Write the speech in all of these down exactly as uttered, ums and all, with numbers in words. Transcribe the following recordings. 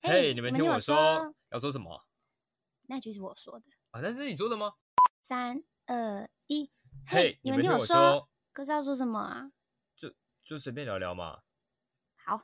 嘿、hey, 你们听我说，要说什么？ 那句是我说的啊，那是你说的吗？ 三二一， 嘿、 hey, 你们听我说, 说，可是要说什么啊？ 就就随便聊聊嘛。 好，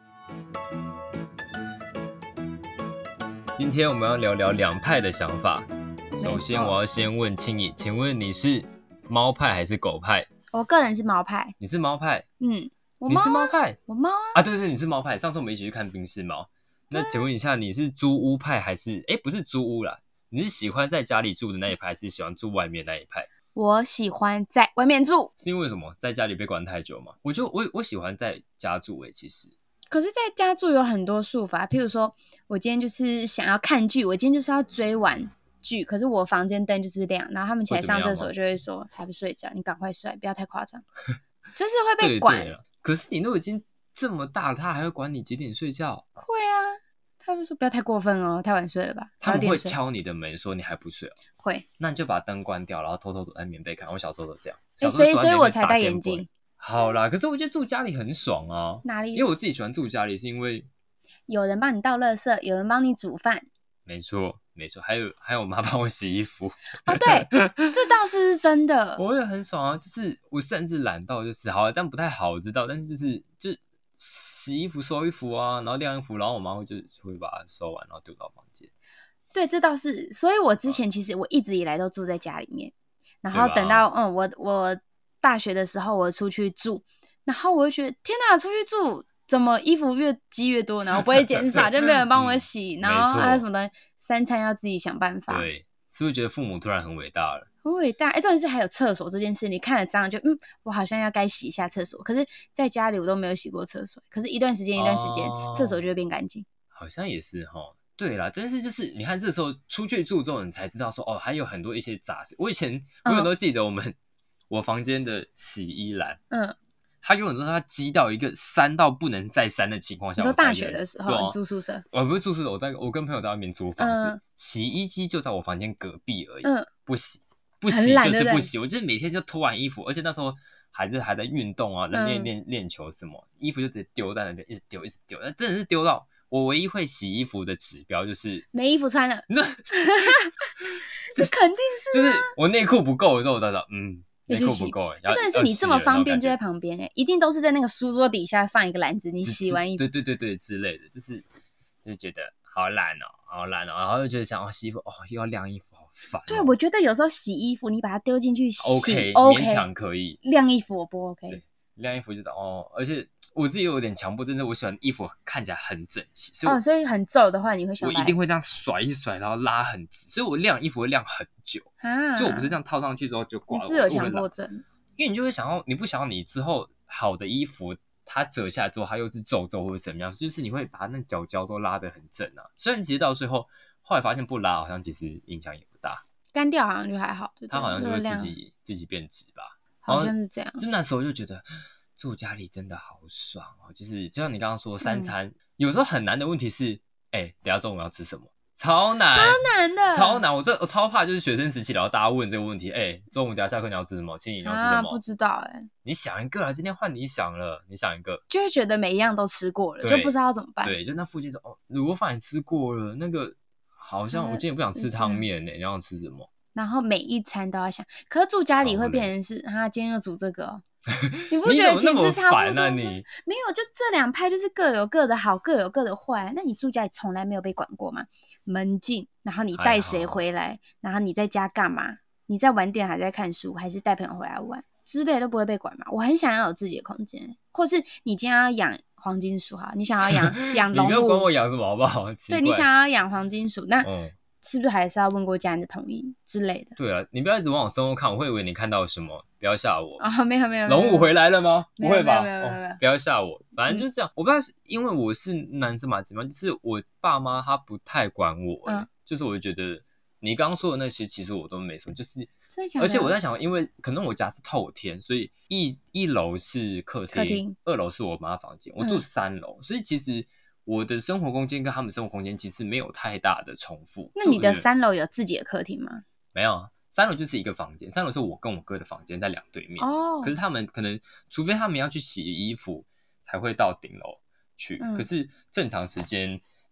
今天我们要聊聊两派的想法。首先，我要先问青怡，请问你是猫派还是狗派？ 我个人是猫派。 你是猫派？ 嗯，我你是猫派？ 我猫啊！ 啊，对对，你是猫派。上次我们一起去看冰室猫。那请问一下，你是租屋派还是？哎，不是租屋啦，你是喜欢在家里住的那一派，还是喜欢住外面那一派？ 我喜欢在外面住。 是因为什么？在家里被关太久吗？我就我我喜欢在家住诶、欸，其实。 可是在家住有很多束缚，譬如说我今天就是想要看剧，我今天就是要追完剧，可是我房间灯就是亮，然后他们起来上厕所就会说还不睡觉，你赶快睡，不要太夸张，就是会被管。 对对，可是你都已经这么大了，他还会管你几点睡觉？ 会啊，他会说不要太过分哦，太晚睡了吧？ 他们会敲你的门说你还不睡哦？ 会。 那你就把灯关掉，然后偷偷躲在棉被看。我小时候都这样， 欸、所以所以我才戴眼镜。 好啦，可是我觉得住家里很爽啊。 哪里？ 因为我自己喜欢住家里，是因为有人帮你倒垃圾，有人帮你煮饭。 没错，没错，还有还有我妈帮我洗衣服。 哦，对，这倒是真的。 我也很爽啊，就是我甚至懒到就是好，但不太好，我知道，但是就是就洗衣服、收衣服啊，然后晾衣服，然后我妈会就会把它收完，然后丢到房间。 对，这倒是。所以我之前其实我一直以来都住在家里面，然后等到嗯我我大学的时候我出去住，然后我就觉得天哪，出去住怎么衣服越积越多，然后不会减少，就没有人帮我洗，嗯、然后还有什么东西，三餐要自己想办法。 对，是不是觉得父母突然很伟大了？ 很伟大。哎，重点是还有厕所这件事，你看了脏就嗯，我好像要该洗一下厕所。可是在家里我都没有洗过厕所，可是一段时间一段时间，哦、厕所就会变干净。 好像也是齁。对啦，真是就是你看这时候出去住之后，你才知道说哦，还有很多一些杂事。我以前永远都记得我们、嗯、我房间的洗衣篮，嗯，它永远都是它积到一个删到不能再删的情况下。 你说大学的时候，你住宿舍？ 我不是住宿舍，我在我跟朋友在外面租房子，嗯、洗衣机就在我房间隔壁而已，嗯，不洗不洗就是不洗，我就是每天就脱完衣服，而且那时候还是还在运动啊，在练练练球什么，衣服就直接丢在那边，一直丢一直丢，那真的是丢到。我唯一会洗衣服的指标就是没衣服穿了，这肯定是、啊。 就是我内裤不够的时候，我才知道，嗯，内裤不够。 真的是你这么方便就在旁边哎，一定都是在那个书桌底下放一个篮子，你洗完衣服， 对对对对之类的，就是就觉得好懒哦，好懒哦，然后就觉得想要洗衣服，哦，又要晾衣服，好烦、哦。 对，我觉得有时候洗衣服，你把它丢进去洗 ，OK， OK， 勉强可以。 晾衣服我不 OK。 对。晾衣服就是哦，而且我自己有点强迫症，真的我喜欢衣服看起来很整齐，所以哦，所以很皱的话，你会想我一定会这样甩一甩，然后拉很直，所以我晾衣服会晾很久啊。就我不是这样套上去之后就挂了。 你是有强迫症， 因为你就会想要，你不想要你之后好的衣服它折下来之后，它又是皱皱或者怎么样，就是你会把那角角都拉得很正啊。虽然其实到最后后来发现不拉好像其实影响也不大， 干掉好像就还好，对对， 它好像就会自己自己变直吧。 好像是这样， 就那时候就觉得住家里真的好爽哦！就是就像你刚刚说三餐、嗯，有时候很难的问题是，哎、欸，等一下中午要吃什么？超难， 超难的， 超难！我这我超怕，就是学生时期，然后大家问这个问题，哎、欸，中午等一下下课你要吃什么？青怡你要吃什么？ 啊、不知道哎、欸， 你想一个啦，今天换你想了，你想一个， 就会觉得每一样都吃过了，就不知道怎么办。 对，就那附近说哦，卤肉饭也吃过了，那个好像我今天不想吃汤面呢、欸，你要吃什么？ 然后每一餐都要想，可是住家里会变成是，他、啊、今天又煮这个、哦，你不觉得其实差不多吗？ 你没有，就这两派就是各有各的好，各有各的坏。那你住家里从来没有被管过吗？门禁，然后你带谁回来，然后你在家干嘛？你在玩电还在看书，还是带朋友回来玩之类都不会被管嘛？我很想要有自己的空间，或是你今天要养黄金鼠哈，你想要养养龙物， 你不要管我养什么好不好？ 对，你想要养黄金鼠，那。嗯是不是还是要问过家人的同意之类的？ 对啊，你不要一直往我身后看，我会以为你看到什么，不要吓我啊、哦！没有没有， 龙武回来了吗？不会吧？ 没有没有没有、 哦，不要吓我。反正就是这样，嗯、我不知道是因为我是男生嘛，怎么样？就是我爸妈他不太管我、欸嗯，就是我就觉得你刚刚说的那些，其实我都没什么，就是而且我在想，因为可能我家是透天，所以一一楼是客厅，客厅二楼是我妈房间，我住三楼、嗯，所以其实。我的生活空间跟他们生活空间其实没有太大的重复。 那你的三楼有自己的客厅吗？ 没有啊，三楼就是一个房间，三楼是我跟我哥的房间在两对面。哦，可是他们可能，除非他们要去洗衣服，才会到顶楼去、嗯。可是正常时间，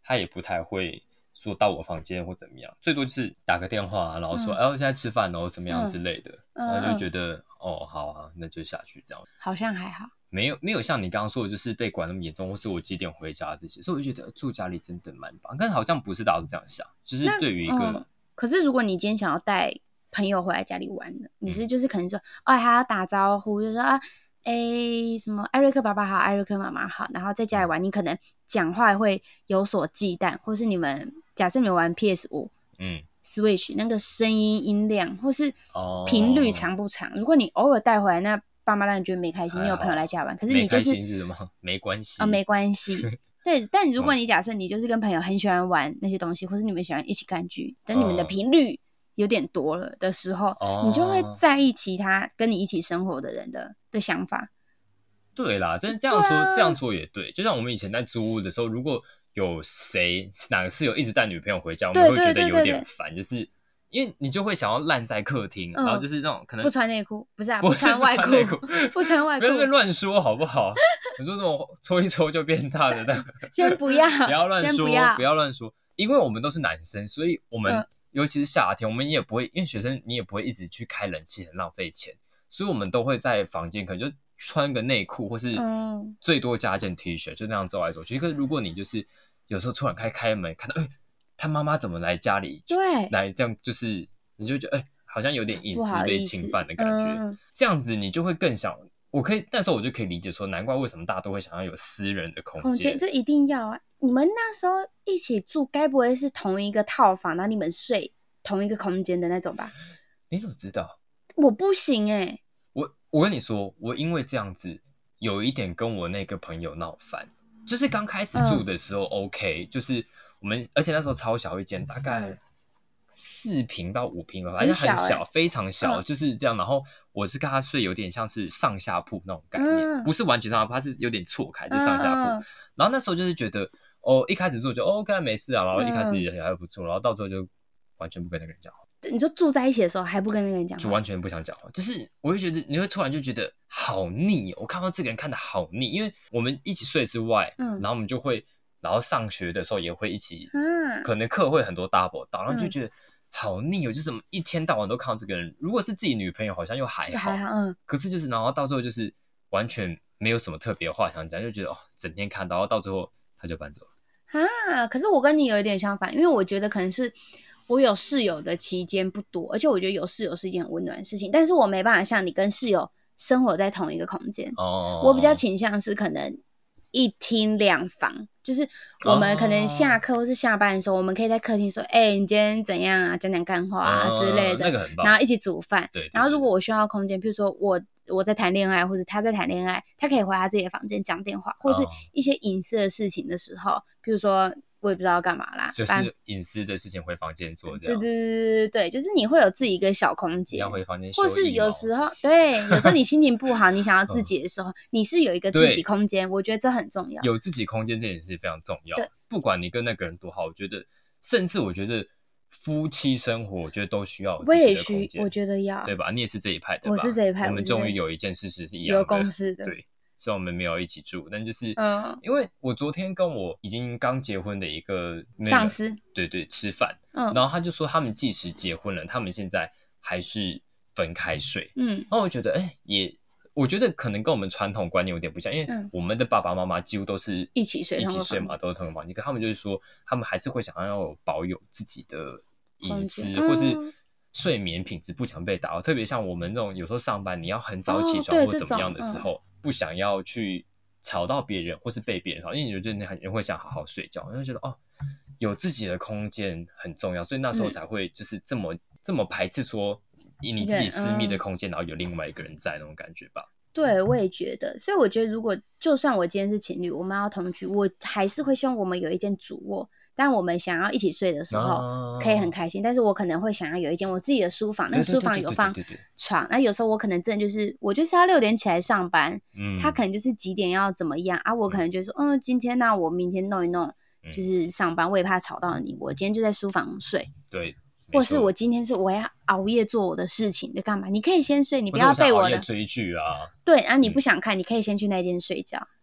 他也不太会说到我房间或怎么样，最多就是打个电话、啊、然后说哎、 嗯， 欸，现在吃饭哦怎么样之类的、 嗯、 然后就觉嗯、 得哦好啊，那就下去这样。 好像还好， 没有没有像你刚刚说的，就是被管那么严重，或是我几点回家这些，所以我就觉得住家里真的蛮棒。但好像不是大家都这样想，就是对于一个、 嗯，可是如果你今天想要带朋友回来家里玩的，你是嗯就是可能说，哦，还要打招呼，就说啊，诶，什么艾瑞克爸爸好，艾瑞克妈妈好，然后在家里玩，你可能讲话会有所忌惮，或是你们假设你们玩 P S 五， 嗯 Switch 那个声音音量或是频率长不长， 哦、 如果你偶尔带回来，那爸妈当然觉得没开心， 还你有朋友来家玩，可是没你就是开心是什么？没关系啊、哦，没关系。对，但如果嗯你假设你就是跟朋友很喜欢玩那些东西，或是你们喜欢一起看剧，等你们的嗯频率有点多了的时候， 哦、 你就会在意其他跟你一起生活的人的的想法。 对啦，真这样说、 啊、 这样说也对。就像我们以前在租屋的时候，如果有谁哪个室友一直带女朋友回家，我们会觉得有点烦，就是因为你就会想要烂在客厅、嗯，然后就是那种可能不穿内裤，不是啊， 不穿外裤，不穿外裤， 不要乱说好不好？你说这种搓一搓就变大的那个， 先不要， 不要乱说， 不要， 不要乱说，因为我们都是男生，所以我们、嗯、尤其是夏天，我们也不会，因为学生你也不会一直去开冷气，很浪费钱，所以我们都会在房间可能就穿个内裤，或是最多加件 T 恤，就那样走来走去。可是如果你就是有时候突然开开门，看到哎、欸，他妈妈怎么来家里？ 对， 来这样就是你就觉得哎、欸，好像有点隐私被侵犯的感觉， 嗯、 这样子你就会更想。我可以那时候我就可以理解说，难怪为什么大家都会想要有私人的空间。 空间这一定要啊！你们那时候一起住，该不会是同一个套房，然后你们睡同一个空间的那种吧？ 你怎么知道？ 我不行哎、欸！ 我我跟你说，我因为这样子有一点跟我那个朋友闹翻，就是刚开始住的时候 OK，、嗯、就是我们而且那时候超小一间，大概四平到五平吧，反正很小，欸、非常小、嗯，就是这样。然后我是跟他睡，有点像是上下铺那种概念，嗯、不是完全上下铺，它是有点错开，就上下铺、嗯。然后那时候就是觉得，哦，一开始住就哦，刚才没事啊，然后一开始也还不错，然后到最后就完全不跟那个人讲话。 你说住在一起的时候还不跟那个人讲话， 就完全不想讲话，就是我就觉得你会突然就觉得好腻、哦，我看到这个人看得好腻，因为我们一起睡之外，嗯，然后我们就会，然后上学的时候也会一起，嗯，可能课会很多 double 到，然后就觉得好腻哦，就怎么一天到晚都看到这个人，如果是自己女朋友好像又还好， 还好，嗯， 可是就是然后到最后就是完全没有什么特别的话想讲，就觉得哦，整天看到，然后到最后他就搬走了， 啊，可是我跟你有一点相反，因为我觉得可能是。我有室友的期间不多，而且我觉得有室友是一件很温暖的事情，但是我没办法像你跟室友生活在同一个空间。哦，我比较倾向是可能一厅两房，就是我们可能下课或是下班的时候，我们可以在客厅说：“哎、欸，你今天怎样啊？讲讲干话啊、哦、之类的。” 那个很棒。 然后一起煮饭。 对, 对, 对。 然后如果我需要空间，譬如说我我在谈恋爱，或者他在谈恋爱，他可以回他自己的房间讲电话，或是一些隐私的事情的时候，譬如说。我也不知道干嘛啦， 就是隐私的事情回房间做这样。 对对对对对，就是你会有自己一个小空间， 要回房间， 或是有时候对，有时候你心情不好，你想要自己的时候，嗯、你是有一个自己空间，我觉得这很重要。 有自己空间这件事非常重要，不管你跟那个人多好，我觉得，甚至我觉得夫妻生活，我觉得都需要有自己的空间， 我觉得要， 对吧？你也是这一派的吧， 我是这一派， 我们终于有一件事实是一样的， 有共识的， 对。虽然我们没有一起住，但就是，嗯，因为我昨天跟我已经刚结婚的一个上司， 对对，吃饭，嗯，然后他就说他们即使结婚了，他们现在还是分开睡，嗯，然后我觉得，哎、欸，也，我觉得可能跟我们传统观念有点不像，因为我们的爸爸妈妈几乎都是一起睡， 一起睡嘛，都是同个房间，可他们就是说，他们还是会想要保有自己的隐私，嗯、或是睡眠品质不想被打扰，特别像我们这种有时候上班你要很早起床、哦、或怎么样的时候。不想要去吵到别人，或是被别人吵，因为你觉得很人会想好好睡觉，我就觉得哦，有自己的空间很重要，所以那时候才会就是这么、嗯、这么排斥说你自己私密的空间、嗯，然后有另外一个人在那种感觉吧。 对，我也觉得，所以我觉得如果就算我今天是情侣，我们要同居，我还是会希望我们有一间主卧。但我们想要一起睡的时候可以很开心、哦、但是我可能会想要有一间我自己的书房，那个书房有放床，那有时候我可能真的就是我就是要六点起来上班、嗯、他可能就是几点要怎么样啊，我可能就说嗯，今天那我明天弄一弄、嗯、就是上班，我也怕吵到你，我今天就在书房睡， 对， 或是我今天是我要熬夜做我的事情的干嘛，你可以先睡，你不要被我的我追剧啊， 对啊，你不想看、嗯、你可以先去那间睡觉，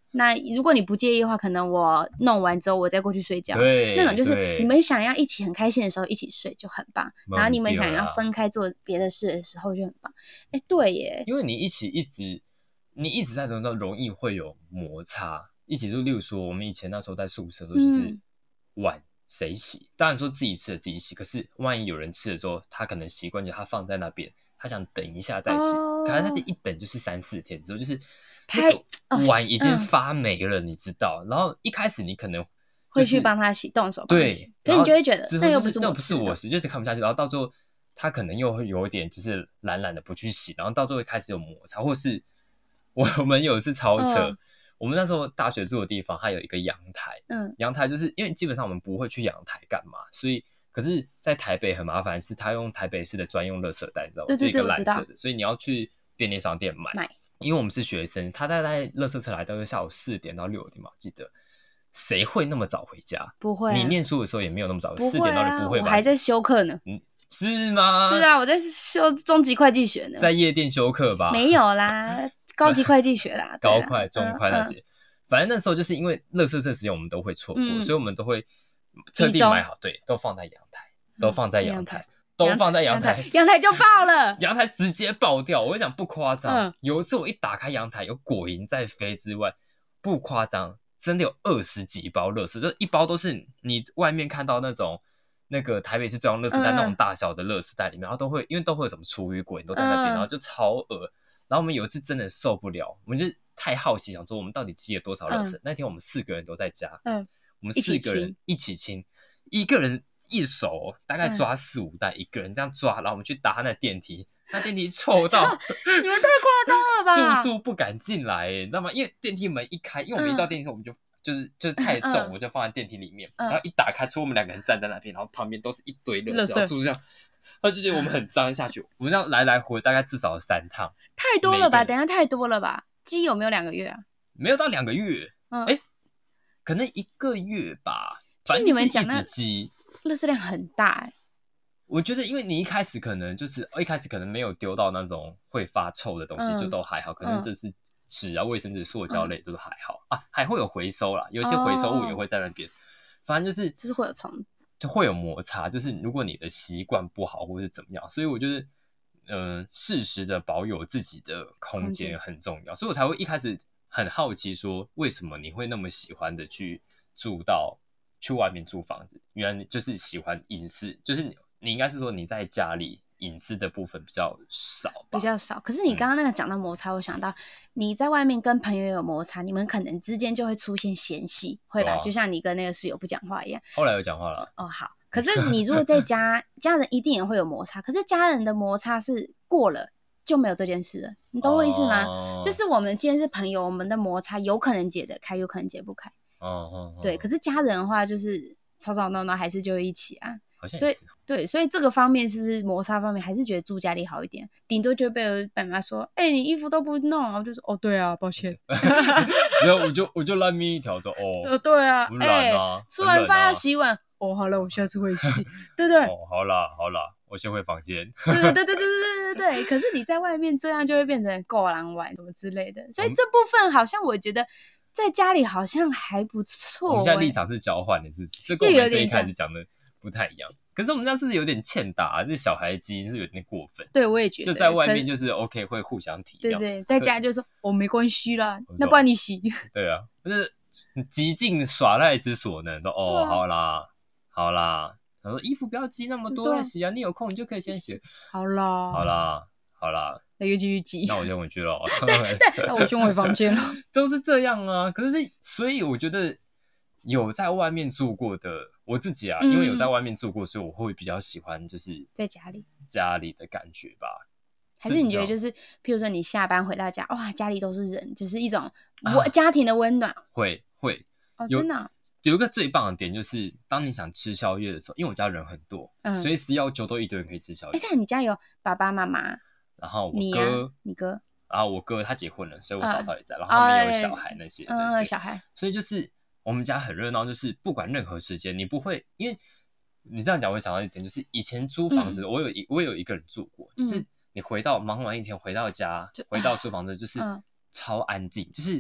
那如果你不介意的话，可能我弄完之后我再过去睡觉。 对， 那种就是你们想要一起很开心的时候一起睡就很棒，然后你们想要分开做别的事的时候就很棒。哎，对耶， 因为你一起一直你一直在中间容易会有摩擦，一起就例如说我们以前那时候在宿舍就是碗谁洗，当然说自己吃的自己洗，可是万一有人吃了之后，他可能习惯就他放在那边，他想等一下再洗，哦、可是他一等就是三四天之后，就是那个碗已经发霉了，哦嗯、你知道。然后一开始你可能、就是、 会去帮他洗，动手帮他洗，对，可是你就会觉得那又不是我吃的， 那不是我洗，就是看不下去。然后到最后他可能又会有一点就是懒懒的不去洗，然后到最后开始有摩擦，或是我们有一次超扯。嗯我们那时候大学住的地方，它有一个阳台，嗯，阳台就是因为基本上我们不会去阳台干嘛，所以可是，在台北很麻烦，是他用台北市的专用垃圾袋，你知道吗？ 对对对， 就一个蓝色的，所以你要去便利商店买。 买， 因为我们是学生，他大概垃圾车来都是下午四点到六点嘛，我记得。谁会那么早回家？ 不会、啊。 你念书的时候也没有那么早，四、啊、点到六不会吧？ 我还在修课呢。 嗯，是吗？ 是啊，我在修中级会计学呢。 在夜店修课吧？ 没有啦。高级会计学啦， 高会、中会那些、嗯嗯，反正那时候就是因为垃圾车时间我们都会错过、嗯，所以我们都会特地买好，对，都放在阳台，都放在阳台，嗯、都放在阳台， 阳台就爆了， 阳台直接爆掉。我跟你讲不夸张、嗯，有一次我一打开阳台，有果蝇在飞之外，不夸张，真的有二十几包垃圾，就一包都是你外面看到那种。那个台北市专用垃圾袋、嗯、那种大小的垃圾袋里面，然后都会因为都会有什么厨余鬼都在那边、嗯，然后就超恶。然后我们有一次真的受不了，我们就太好奇，想说我们到底积了多少垃圾、嗯。那天我们四个人都在家，嗯，我们四个人一起清，一个人一手大概抓四五袋、嗯，一个人这样抓，然后我们去打他那电梯，那电梯臭到你们太夸张了吧？ 住宿不敢进来，你知道吗？因为电梯门一开，因为我们一到电梯后我们就。就是就是太重、嗯，我就放在电梯里面、嗯，然后一打开，除了我们两个人站在那边，然后旁边都是一堆垃圾，然后住这样，他就觉得我们很脏下去。我们这样来来回大概至少三趟， 太多了吧？等一下太多了吧？鸡有没有两个月啊？ 没有到两个月，嗯，哎，可能一个月吧。反正就是一只鸡， 垃圾量很大哎、欸。 我觉得，因为你一开始可能就是一开始可能没有丢到那种会发臭的东西，嗯、就都还好，可能就是。嗯纸啊、卫生纸、塑胶类这都还好、嗯、啊，还会有回收啦，有一些回收物也会在那边、哦。反正就是， 就是会有虫， 就会有摩擦。就是如果你的习惯不好，或是怎么样，所以我觉得，嗯、呃，适时的保有自己的空间很重要。所以我才会一开始很好奇，说为什么你会那么喜欢的去住到去外面租房子？原来就是喜欢隐私，就是你，你应该是说你在家里。隐私的部分比较少吧， 比较少。可是你刚刚那个讲到摩擦、嗯，我想到你在外面跟朋友有摩擦，你们可能之间就会出现嫌隙，会吧、啊？就像你跟那个室友不讲话一样。 后来有讲话了。 哦，好。可是你如果在家，家人一定也会有摩擦。可是家人的摩擦是过了就没有这件事了，你懂我意思吗？哦、就是我们今天是朋友，我们的摩擦有可能解得开，有可能解不开。哦哦。对，可是家人的话，就是吵吵闹闹，还是就会一起啊。所以对，所以这个方面是不是摩擦方面，还是觉得住家里好一点？顶多就被我爸妈说：“哎、欸，你衣服都不弄。”我就说：“哦，对啊，抱歉。” 然后我就我就烂命一条的哦。 呃，对啊， 哎、啊欸， 吃完饭要洗碗。哦，好了，我下次会洗，对不对？ 哦，好啦好啦，我先回房间。 对对对对对对对对。可是你在外面这样就会变成够狼玩什么之类的，所以这部分好像我觉得在家里好像还不错、欸。 我们现在立场是交换的，是不是？这跟我们最一开始讲的。不太一样，可是我们这样是不是有点欠打、啊？这小孩基因是不是有点过分？ 对，我也觉得。 就在外面就是 OK 会互相体谅， 对对，在家就说哦没关系啦，那不然你洗。 对啊，就是极尽耍赖之所能，说哦、啊、好啦好啦，他说衣服不要积那么多再洗啊，你有空你就可以先洗。 好啦好啦好啦， 那就继续挤。 那我先回去了。 对对，那我先回房间了。 都是这样啊，可是所以我觉得有在外面住过的。我自己啊、嗯，因为有在外面住过，所以我会比较喜欢就是在家里家里的感觉吧。 还是你觉得就是，譬如说你下班回到家，哇，家里都是人，就是一种我、啊、家庭的温暖。 会会哦，真的、哦、 有一个最棒的点就是，当你想吃宵夜的时候，因为我家人很多，嗯、随时要求都一堆人可以吃宵夜。 哎，但你家有爸爸妈妈， 然后我哥， 你、啊、你哥， 然后我哥他结婚了，所以我嫂嫂也在，嗯、然后他们也有小孩那些， 嗯，对对小孩， 所以就是我们家很热闹，就是不管任何时间，你不会因为。你这样讲，我会想到一点，就是以前租房子，嗯、我有一我有一个人住过，嗯、就是你回到忙完一天回到家，回到租房子，就是超安静，嗯、就是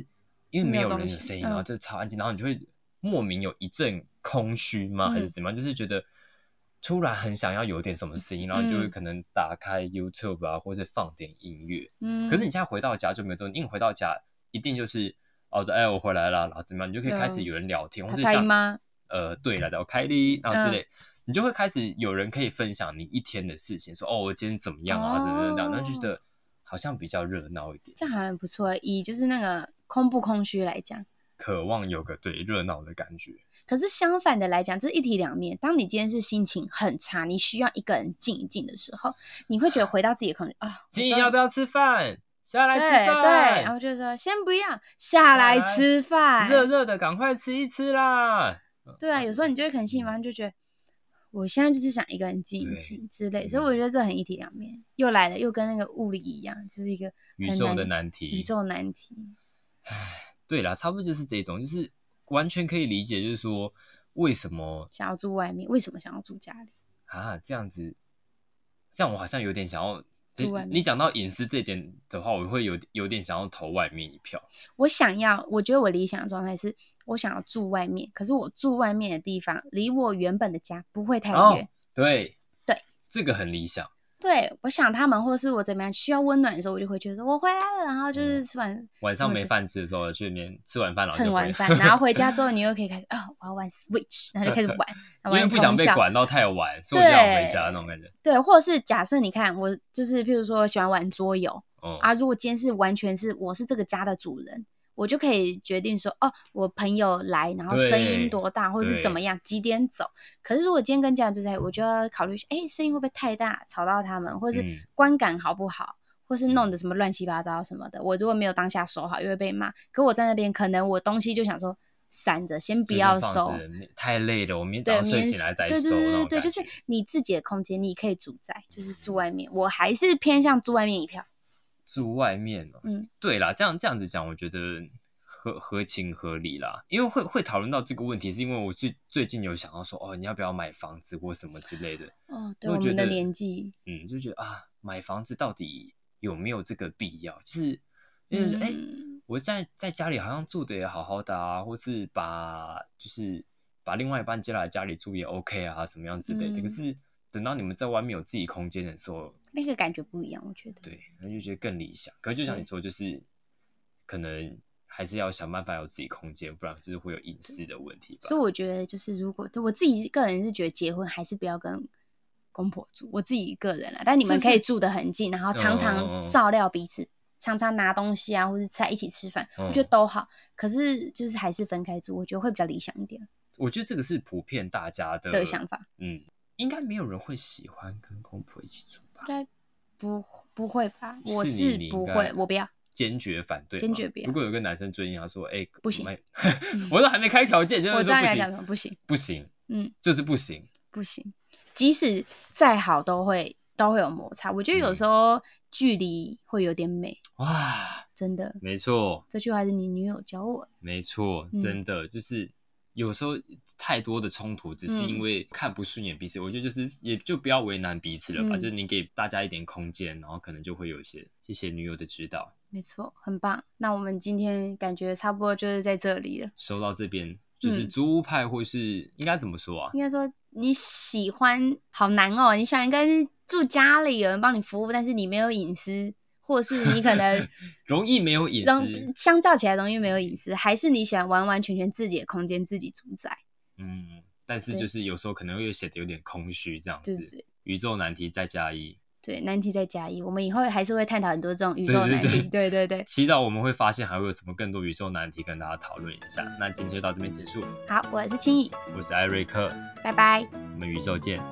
因为没有人有声音，然后就超安静，然后你就会莫名有一阵空虚吗？嗯、还是怎么样？就是觉得突然很想要有点什么声音，然后你就会可能打开 YouTube 啊，或是放点音乐。嗯，可是你现在回到家就没有这种，因为回到家一定就是哦，哎，我回来了，然后怎么样，你就可以开始有人聊天，或是像呃，对了，我开哩，然后之类。嗯，你就会开始有人可以分享你一天的事情，说哦，我今天怎么样啊，怎么样，那就觉得好像比较热闹一点。 这样好像不错，以就是那个空不空虚来讲， 渴望有个对热闹的感觉。 可是相反的来讲，这是一体两面。当你今天是心情很差，你需要一个人静一静的时候，你会觉得回到自己的空间啊， 今天要不要吃饭？下来吃饭。 对，然后就说先不要，下来吃饭， 热热的，赶快吃一吃啦。 对啊，有时候你就会很心里面就觉得，我现在就是想一个人静一静之类，所以我觉得这很一体两面，又来了，又跟那个物理一样，这是一个宇宙的难题。 宇宙难题。 对啦，差不多就是这种，就是完全可以理解，就是说为什么想要住外面，为什么想要住家里啊？这样子，这样我好像有点想要。你讲到隐私这点的话，我会有有点想要投外面一票。 我想要，我觉得我理想的状态是，我想要住外面，可是我住外面的地方离我原本的家不会太远。哦， 对对， 这个很理想。 对，我想他们或是我怎么样需要温暖的时候，我就会觉得说我回来了，然后就是吃完、嗯、 晚上没饭吃的时候，去那边吃完饭，然后蹭完饭，然后回家之后，你又可以开始啊、哦，我要玩 Switch， 然后就开始玩， 因为不想被管到太晚，所以我就要回家那种感觉。 对，或者是假设你看我就是譬如说喜欢玩桌游、哦、啊，如果今天是完全是我是这个家的主人。我就可以决定说，哦，我朋友来，然后声音多大，或者是怎么样，几点走。可是如果今天跟家人住在，我就要考虑，哎，声音会不会太大，吵到他们，或是观感好不好，或是弄得什么乱七八糟什么的。我如果没有当下收好，又会被骂。可我在那边，可能我东西就想说散着，先不要收， 太累了，我明天早上睡醒来再收。对对对对， 就是你自己的空间，你可以主宰，就是住外面。我还是偏向住外面一票。 住外面哦，嗯，对啦，这样这样子讲，我觉得合合情合理啦。因为会会讨论到这个问题，是因为我最最近有想到说，哦，你要不要买房子或什么之类的。 哦，对，我们的年纪， 嗯，就觉得啊，买房子到底有没有这个必要？就是因为哎、嗯欸，我在在家里好像住的也好好的啊，或是把就是把另外一半接来家里住也 OK 啊，什么样之类的。嗯、可是等到你们在外面有自己空间的时候， 那个感觉不一样，我觉得。 对，那就觉得更理想。可是就像你说，就是可能还是要想办法有自己空间，不然就是会有隐私的问题吧。 所以我觉得，就是如果我自己个人是觉得结婚还是不要跟公婆住，我自己个人啦。但你们可以住得很近，然后常常照料彼此，嗯、常常拿东西啊，或者在一起吃饭，嗯、我觉得都好。可是就是还是分开住，我觉得会比较理想一点。 我觉得这个是普遍大家的的想法， 嗯。应该没有人会喜欢跟公婆一起住吧？ 应该不不会吧？我是不会，我不要， 坚决反对， 坚决不要。 如果有个男生追你，他说：“哎、欸， 不行， 我都还没开条件，就是说不行，不行， 不行，嗯，就是不行， 不行。即使再好，都会都会有摩擦。我觉得有时候距离会有点美哇，真的， 没错。 这句话是你女友教我的， 没错，真的、嗯、就是。”有時候太多的衝突只是因為看不順眼彼此、嗯、我覺得就是也就不要為難彼此了吧、嗯、就是你給大家一點空間，然後可能就會有一些謝謝女友的指導。 沒錯，很棒。那我們今天感覺差不多就是在這裡了， 收到這邊就是租屋派或是、嗯、應該怎麼說啊， 應該說你喜歡好難哦，你喜歡跟住家裡有人幫你服務，但是你沒有隱私，或是你可能容易没有隐私， 相較起來容易沒有隱私，還是你喜歡完完全全自己的空間自己主宰。 嗯，但是就是有時候可能會顯得有點空虛這樣子、就是、宇宙難題再加一， 對，難題再加一，我們以後還是會探討很多這種宇宙難題，對對 對, 對, 對， 祈禱我們會發現還會有什麼更多宇宙難題跟大家討論一下。那今天就到這邊結束。 好，我是青宇， 我是艾瑞克， 拜拜， 我們宇宙見。